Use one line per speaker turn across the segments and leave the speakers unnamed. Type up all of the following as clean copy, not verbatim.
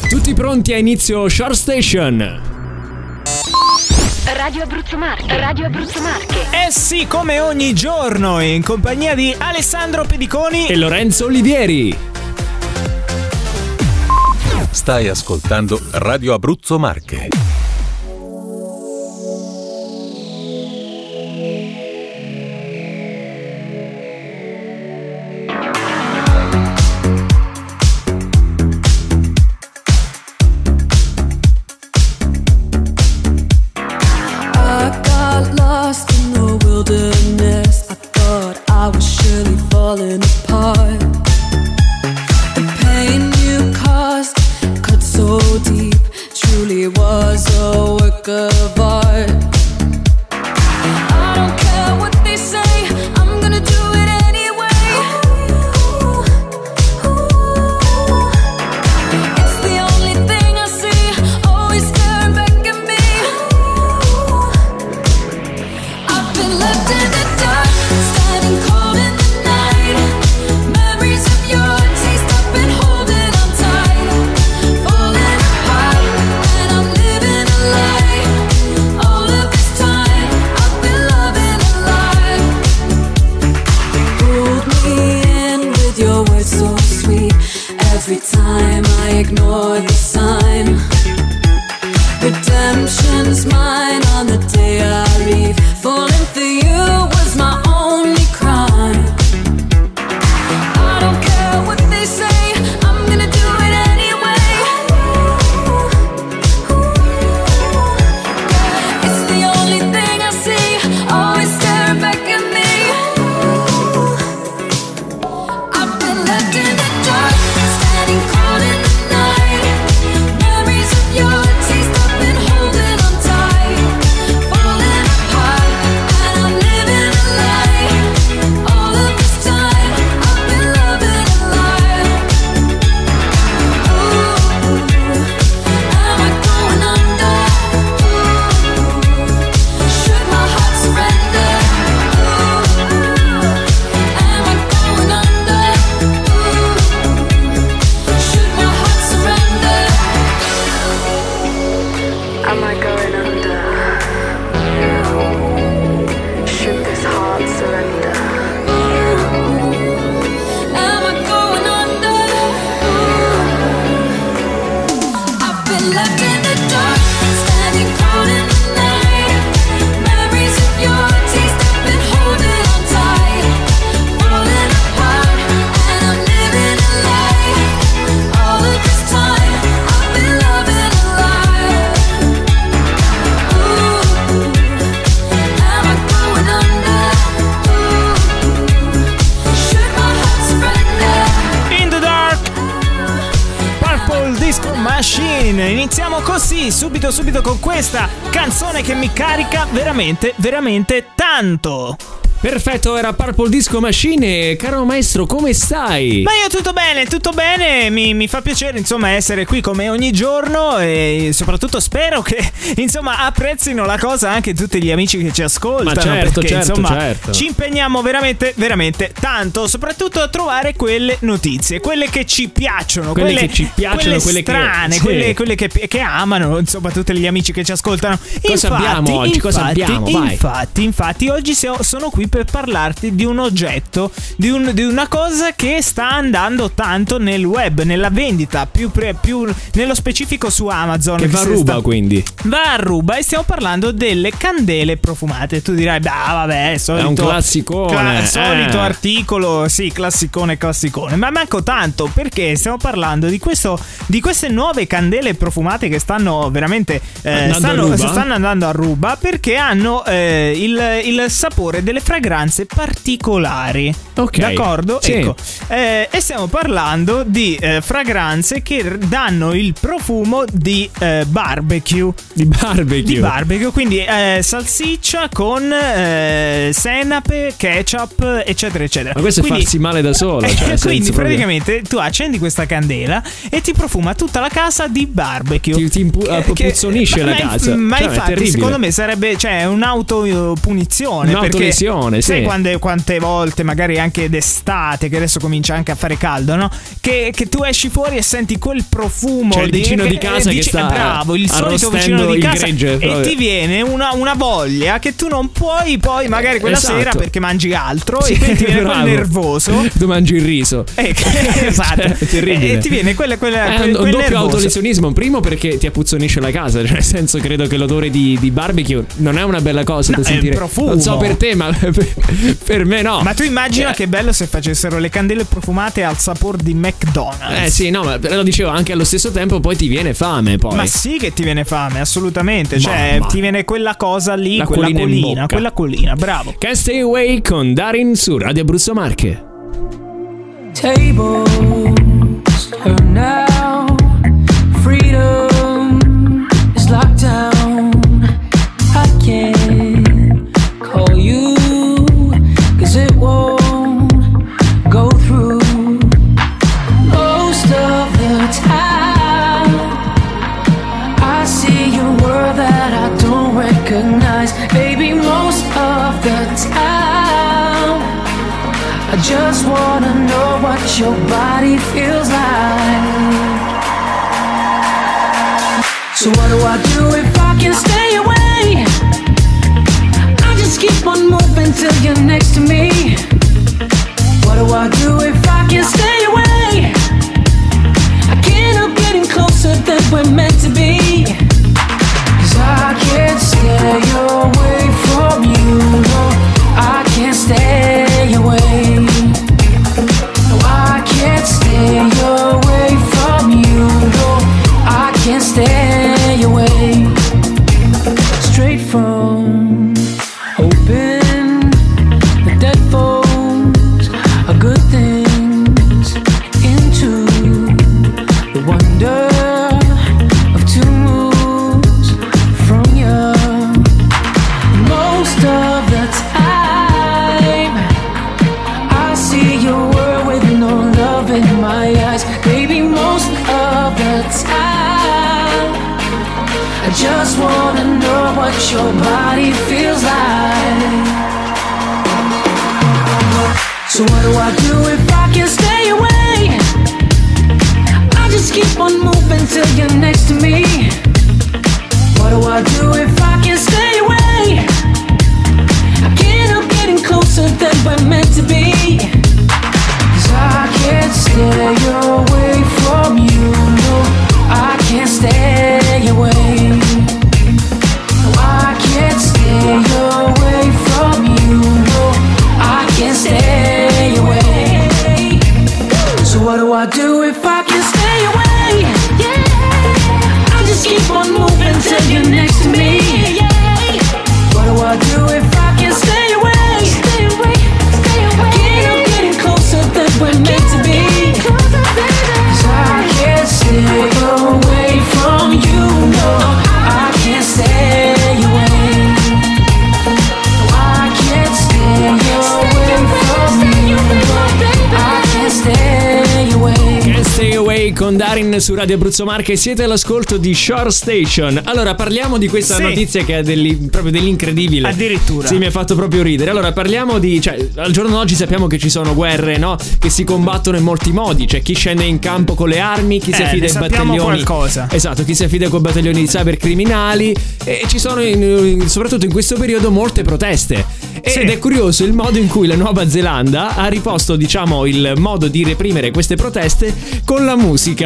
Tutti pronti a inizio Short Station.
Radio Abruzzo Marche. Radio Abruzzo Marche.
Eh sì, come ogni giorno, in compagnia di Alessandro Pediconi
e Lorenzo Olivieri.
Stai ascoltando Radio Abruzzo Marche.
Iniziamo così, subito con questa canzone che mi carica veramente tanto.
Perfetto, era Purple Disco Machine. Caro maestro, come stai?
Ma io tutto bene, mi fa piacere insomma essere qui come ogni giorno e soprattutto spero che insomma apprezzino la cosa anche tutti gli amici che ci ascoltano.
Ma certo,
perché
certo,
insomma
certo.
Ci impegniamo veramente tanto, soprattutto a trovare quelle notizie, quelle che ci piacciono, quelle
che ci piacciono,
quelle strane,
sì.
quelle che amano insomma tutti gli amici che ci ascoltano.
Cosa abbiamo oggi? Cosa abbiamo? Vai.
Infatti oggi sono qui per parlarti di un oggetto, di una cosa che sta andando tanto nel web, nella vendita, più nello specifico su Amazon.
Che va a ruba, quindi.
Va a ruba e stiamo parlando delle candele profumate. Tu dirai, vabbè, solito,
è un classicone.
Solito articolo, sì, classicone. Ma manco tanto, perché stiamo parlando di queste nuove candele profumate che stanno veramente stanno andando a ruba, perché hanno il sapore delle fragranze particolari.
Ok,
d'accordo?
sì.
Ecco. E stiamo parlando di fragranze che danno il profumo di barbecue.
Di barbecue,
quindi salsiccia con senape, ketchup, eccetera.
Ma questo è farsi male da solo, cioè,
quindi praticamente tu accendi questa candela e ti profuma tutta la casa di barbecue.
Ti puzzonisce la casa.
Ma
cioè,
infatti secondo me sarebbe un'autopunizione,
un'autolesione. sì.
Sai quante volte, magari anche d'estate, che adesso comincia anche a fare caldo, no? Che tu esci fuori e senti quel profumo,
cioè il vicino di casa che sta
bravo, il solito vicino di casa, e ti viene una voglia che tu non puoi poi magari quella sera perché mangi altro, e quindi ti viene quel nervoso.
Tu mangi il riso.
Esatto.
Terribile.
E ti viene quel
un doppio
nervoso.
Autolesionismo. Primo perché ti appuzzonisce la casa, cioè nel senso, credo che l'odore di barbecue non è una bella cosa da sentire.
È il profumo.
Non so per te, ma per me no.
Ma tu immagina che bello se facessero le candele profumate al sapore di McDonald's.
Sì, no, ma lo dicevo, anche allo stesso tempo poi ti viene fame poi.
Ma sì che ti viene fame, assolutamente. Cioè ti viene quella cosa lì, quella colina, bravo.
Can't Stay Away con Darin su Radio Abruzzo Marche.
Tables turn now, freedom is locked down. I can't call you, 'cause it won't go through. Most of the time I see your world that I don't recognize. Baby, most of the time I just wanna know what your body feels like. So what do I do if I can stay away? I just keep on moving till you're next to me. What do I do if I can stay away? I can't help getting closer than we're meant to be. 'Cause I can't stay away from you, no, I can't stay away. No, I can't stay away from you, no, I can't stay away. Straight from open the dead phones of good things into the wonder of two moves from you. Most of the time I see your world with no love in my eyes. Baby, most of the time I just wanna know what your body feels like. So what do I do if I can stay away? I just keep on moving till you're next to me. What do I do if I can stay away? I can't help getting closer than we're meant to be. 'Cause I can't stay away from you, no, I can't stay away. No, I can't stay away from you, no, I can't stay away. So what do I do if I can stay away? Yeah, I just keep on moving till you're next to me. What do I do if I can stay away? Stay away, stay away. I can't help getting closer than we're meant to be. 'Cause I can't stay away from you, no, I can't stay away. No, I can't stay away from you, no, I can't stay away.
Can't Stay Away con Darin su Radio Abruzzo Marche. Siete all'ascolto di Shore Station. Allora parliamo di questa notizia che è proprio dell'incredibile.
Addirittura.
Sì, mi ha fatto proprio ridere. Allora parliamo di, cioè, al giorno d'oggi sappiamo che ci sono guerre, no? Che si combattono in molti modi. C'è chi scende in campo con le armi, chi si affida ai battaglioni.
Qualcosa.
Esatto, chi si affida con battaglioni di cybercriminali. E ci sono soprattutto in questo periodo molte proteste. Ed è curioso il modo in cui la Nuova Zelanda ha riposto, diciamo, il modo di reprimere queste proteste con la musica.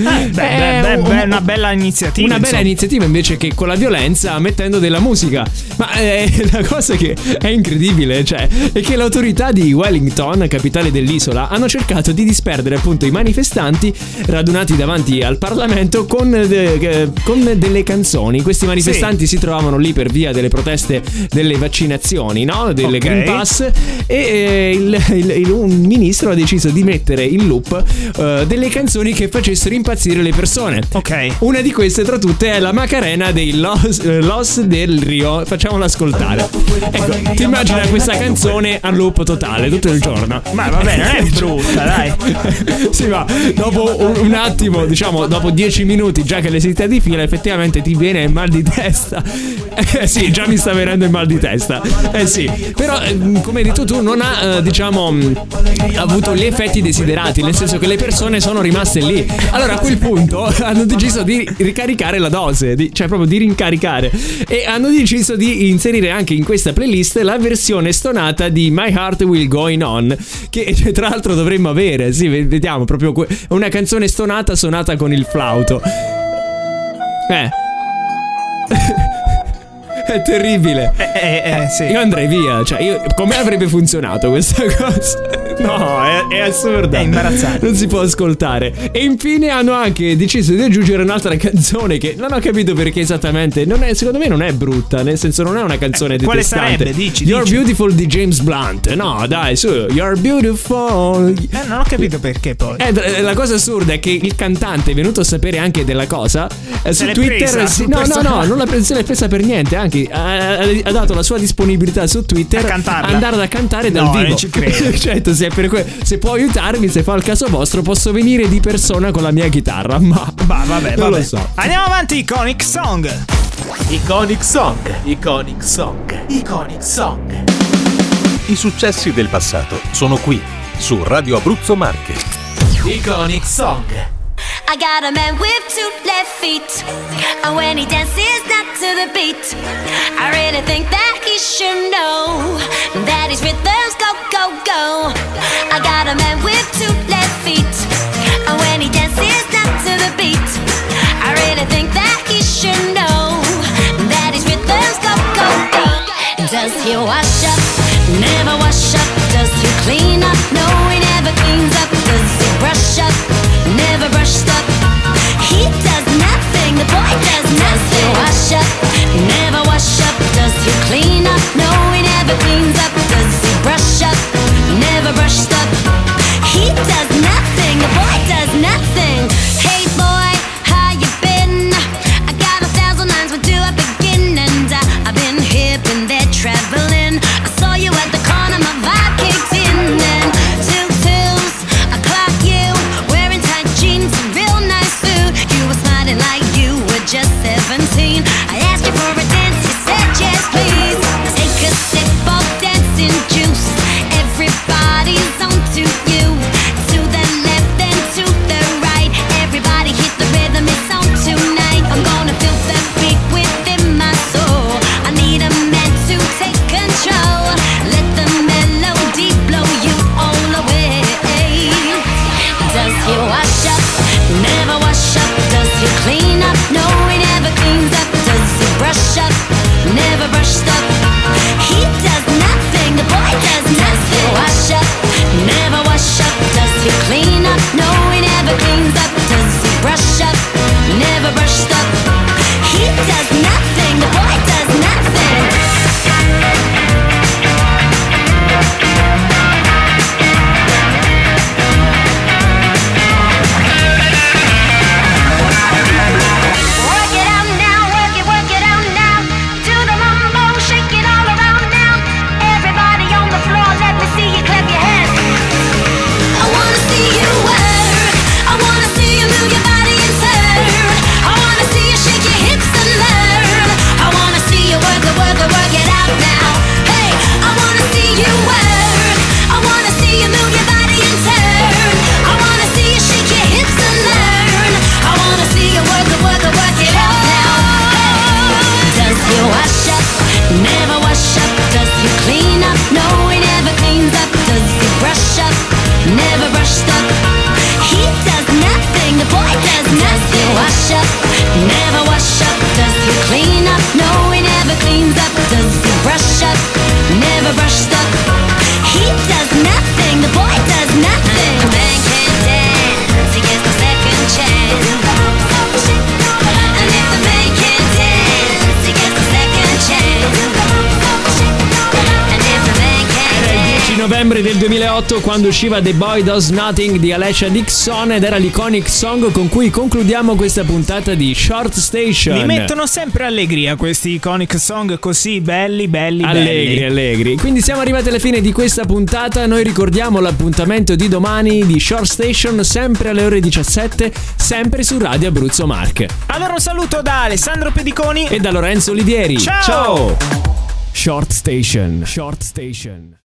Una bella iniziativa.
Una bella iniziativa invece che con la violenza, mettendo della musica. Ma la cosa che è incredibile, cioè, è che le autorità di Wellington, capitale dell'isola, hanno cercato di disperdere appunto i manifestanti radunati davanti al Parlamento con delle canzoni. Questi manifestanti si trovavano lì per via delle proteste delle vaccinazioni, no? Delle Green Pass. E un ministro ha deciso di mettere in loop delle canzoni che facessero impazzire le persone.
Ok.
Una di queste tra tutte è la Macarena dei Los del Rio. Facciamola ascoltare. Ecco, ti immagina questa canzone a loop totale tutto il giorno.
Ma vabbè, non è brutta, dai.
Sì, ma dopo un attimo, diciamo dopo 10 minuti già che le senti di fila, effettivamente ti viene il mal di testa. Sì, già mi sta venendo il mal di testa. Sì. Però come hai detto tu non ha diciamo avuto gli effetti desiderati, nel senso che le persone sono rimaste lì. Allora a quel punto hanno deciso di ricaricare la dose, cioè proprio di rincaricare, e hanno deciso di inserire anche in questa playlist la versione stonata di My Heart Will Going On, che tra l'altro dovremmo avere. Sì, vediamo, proprio una canzone stonata suonata con il flauto. È terribile.
Sì.
Io andrei via. Cioè, come avrebbe funzionato questa cosa? No, è assurda.
È imbarazzante.
Non si può ascoltare. E infine hanno anche deciso di aggiungere un'altra canzone che non ho capito perché esattamente. Secondo me non è brutta. Nel senso, non è una canzone detestante.
Quale sarebbe? Dici.
You're Beautiful di James Blunt. No, dai, su. You're Beautiful.
Non ho capito perché poi.
La cosa assurda è che il cantante è venuto a sapere anche della cosa su Twitter. No, non se l'è presa per niente. Anche ha dato la sua disponibilità su Twitter a andare a cantare dal vivo.
Non ci credo.
Certo, se può aiutarmi, se fa il caso vostro, posso venire di persona con la mia chitarra. Ma
vabbè.
Lo so.
Andiamo avanti. Iconic Song.
Iconic Song. Iconic Song. Iconic Song.
I successi del passato sono qui, su Radio Abruzzo Marche.
Iconic Song.
I got a man with 2 left feet, and when he dances not to the beat, I really think that he should know that his rhythms go, go, go. I got a man with 2 left feet, and when he dances not to the beat, I really think that he should know that his rhythms go, go, go. Does he wash up? Never wash up. Does he clean up? No, he never cleans up. Does he brush up? Never brushed up. He does nothing. The boy does nothing. Does he wash up? Never wash up. Does he clean up? No, he never cleans up. Does he brush up? Never brushed up. He does nothing. The boy does nothing. Hey boy, how you been? I got 1,000 lines. Where do I begin? And I've been here, been there, traveling. I saw you at the corner. My vibe kicked in. And 2 pills, I clock you wearing tight jeans, real nice food. You were smiling like you were just 17. I asked you for a dance, you said yes please. Take a sip of dancing juice. Everybody's on to you. To the left and to the right. Everybody hit the rhythm, it's on tonight. I'm gonna feel that beat within my soul. I need a man to take control. Let the melody blow you all away. Does he wash up? Never wash up. Does he clean up? No, he never cleans up. Does he brush up? Never brushed up. He does nothing. The boy does nothing. Does he wash up? Never wash up. Does he clean up? No, he never cleans up. Does he brush up? Never brushed up. He does nothing. The boy does nothing. Work it out now, work it out now. Do the mambo, shake it all around now. Everybody on the floor, let me see you clap your hands. I wanna see you work. I wanna see you move your body and turn. I wanna see you shake your hips and learn. I wanna see you work it out now. Hey, I wanna see you work. I wanna see you move your body and turn. I wanna see you shake your hips and learn. I wanna see you work it out now. Does he wash up? Never wash up. Does he clean up? No, he never cleans up. Does he brush up? Never brushed up. He does nothing. The boy does nothing. Does he wash up? Never wash up. Does he clean up? No, he never cleans up. Does he brush up? Never brushed up. He does nothing. The boy does nothing. A man can't dance, he gets no second chance. And if the man can't dance, he gets no second chance. And if the man can't
Era il 10
dance.
novembre del 2008 quando usciva The Boy Does Nothing di Alessia Dixon, ed era l'Iconic Song con cui concludiamo questa puntata di Short Station.
Mi mettono sempre allegria questi Iconic Song, così belli.
Allegri. Quindi siamo arrivati alla fine di questa puntata. Noi ricordiamo l'appuntamento di domani di Short Station, sempre alle ore 17, sempre su Radio Abruzzo Marche.
Allora un saluto da Alessandro Pediconi
E da Lorenzo Olivieri.
Ciao!
Ciao! Short Station.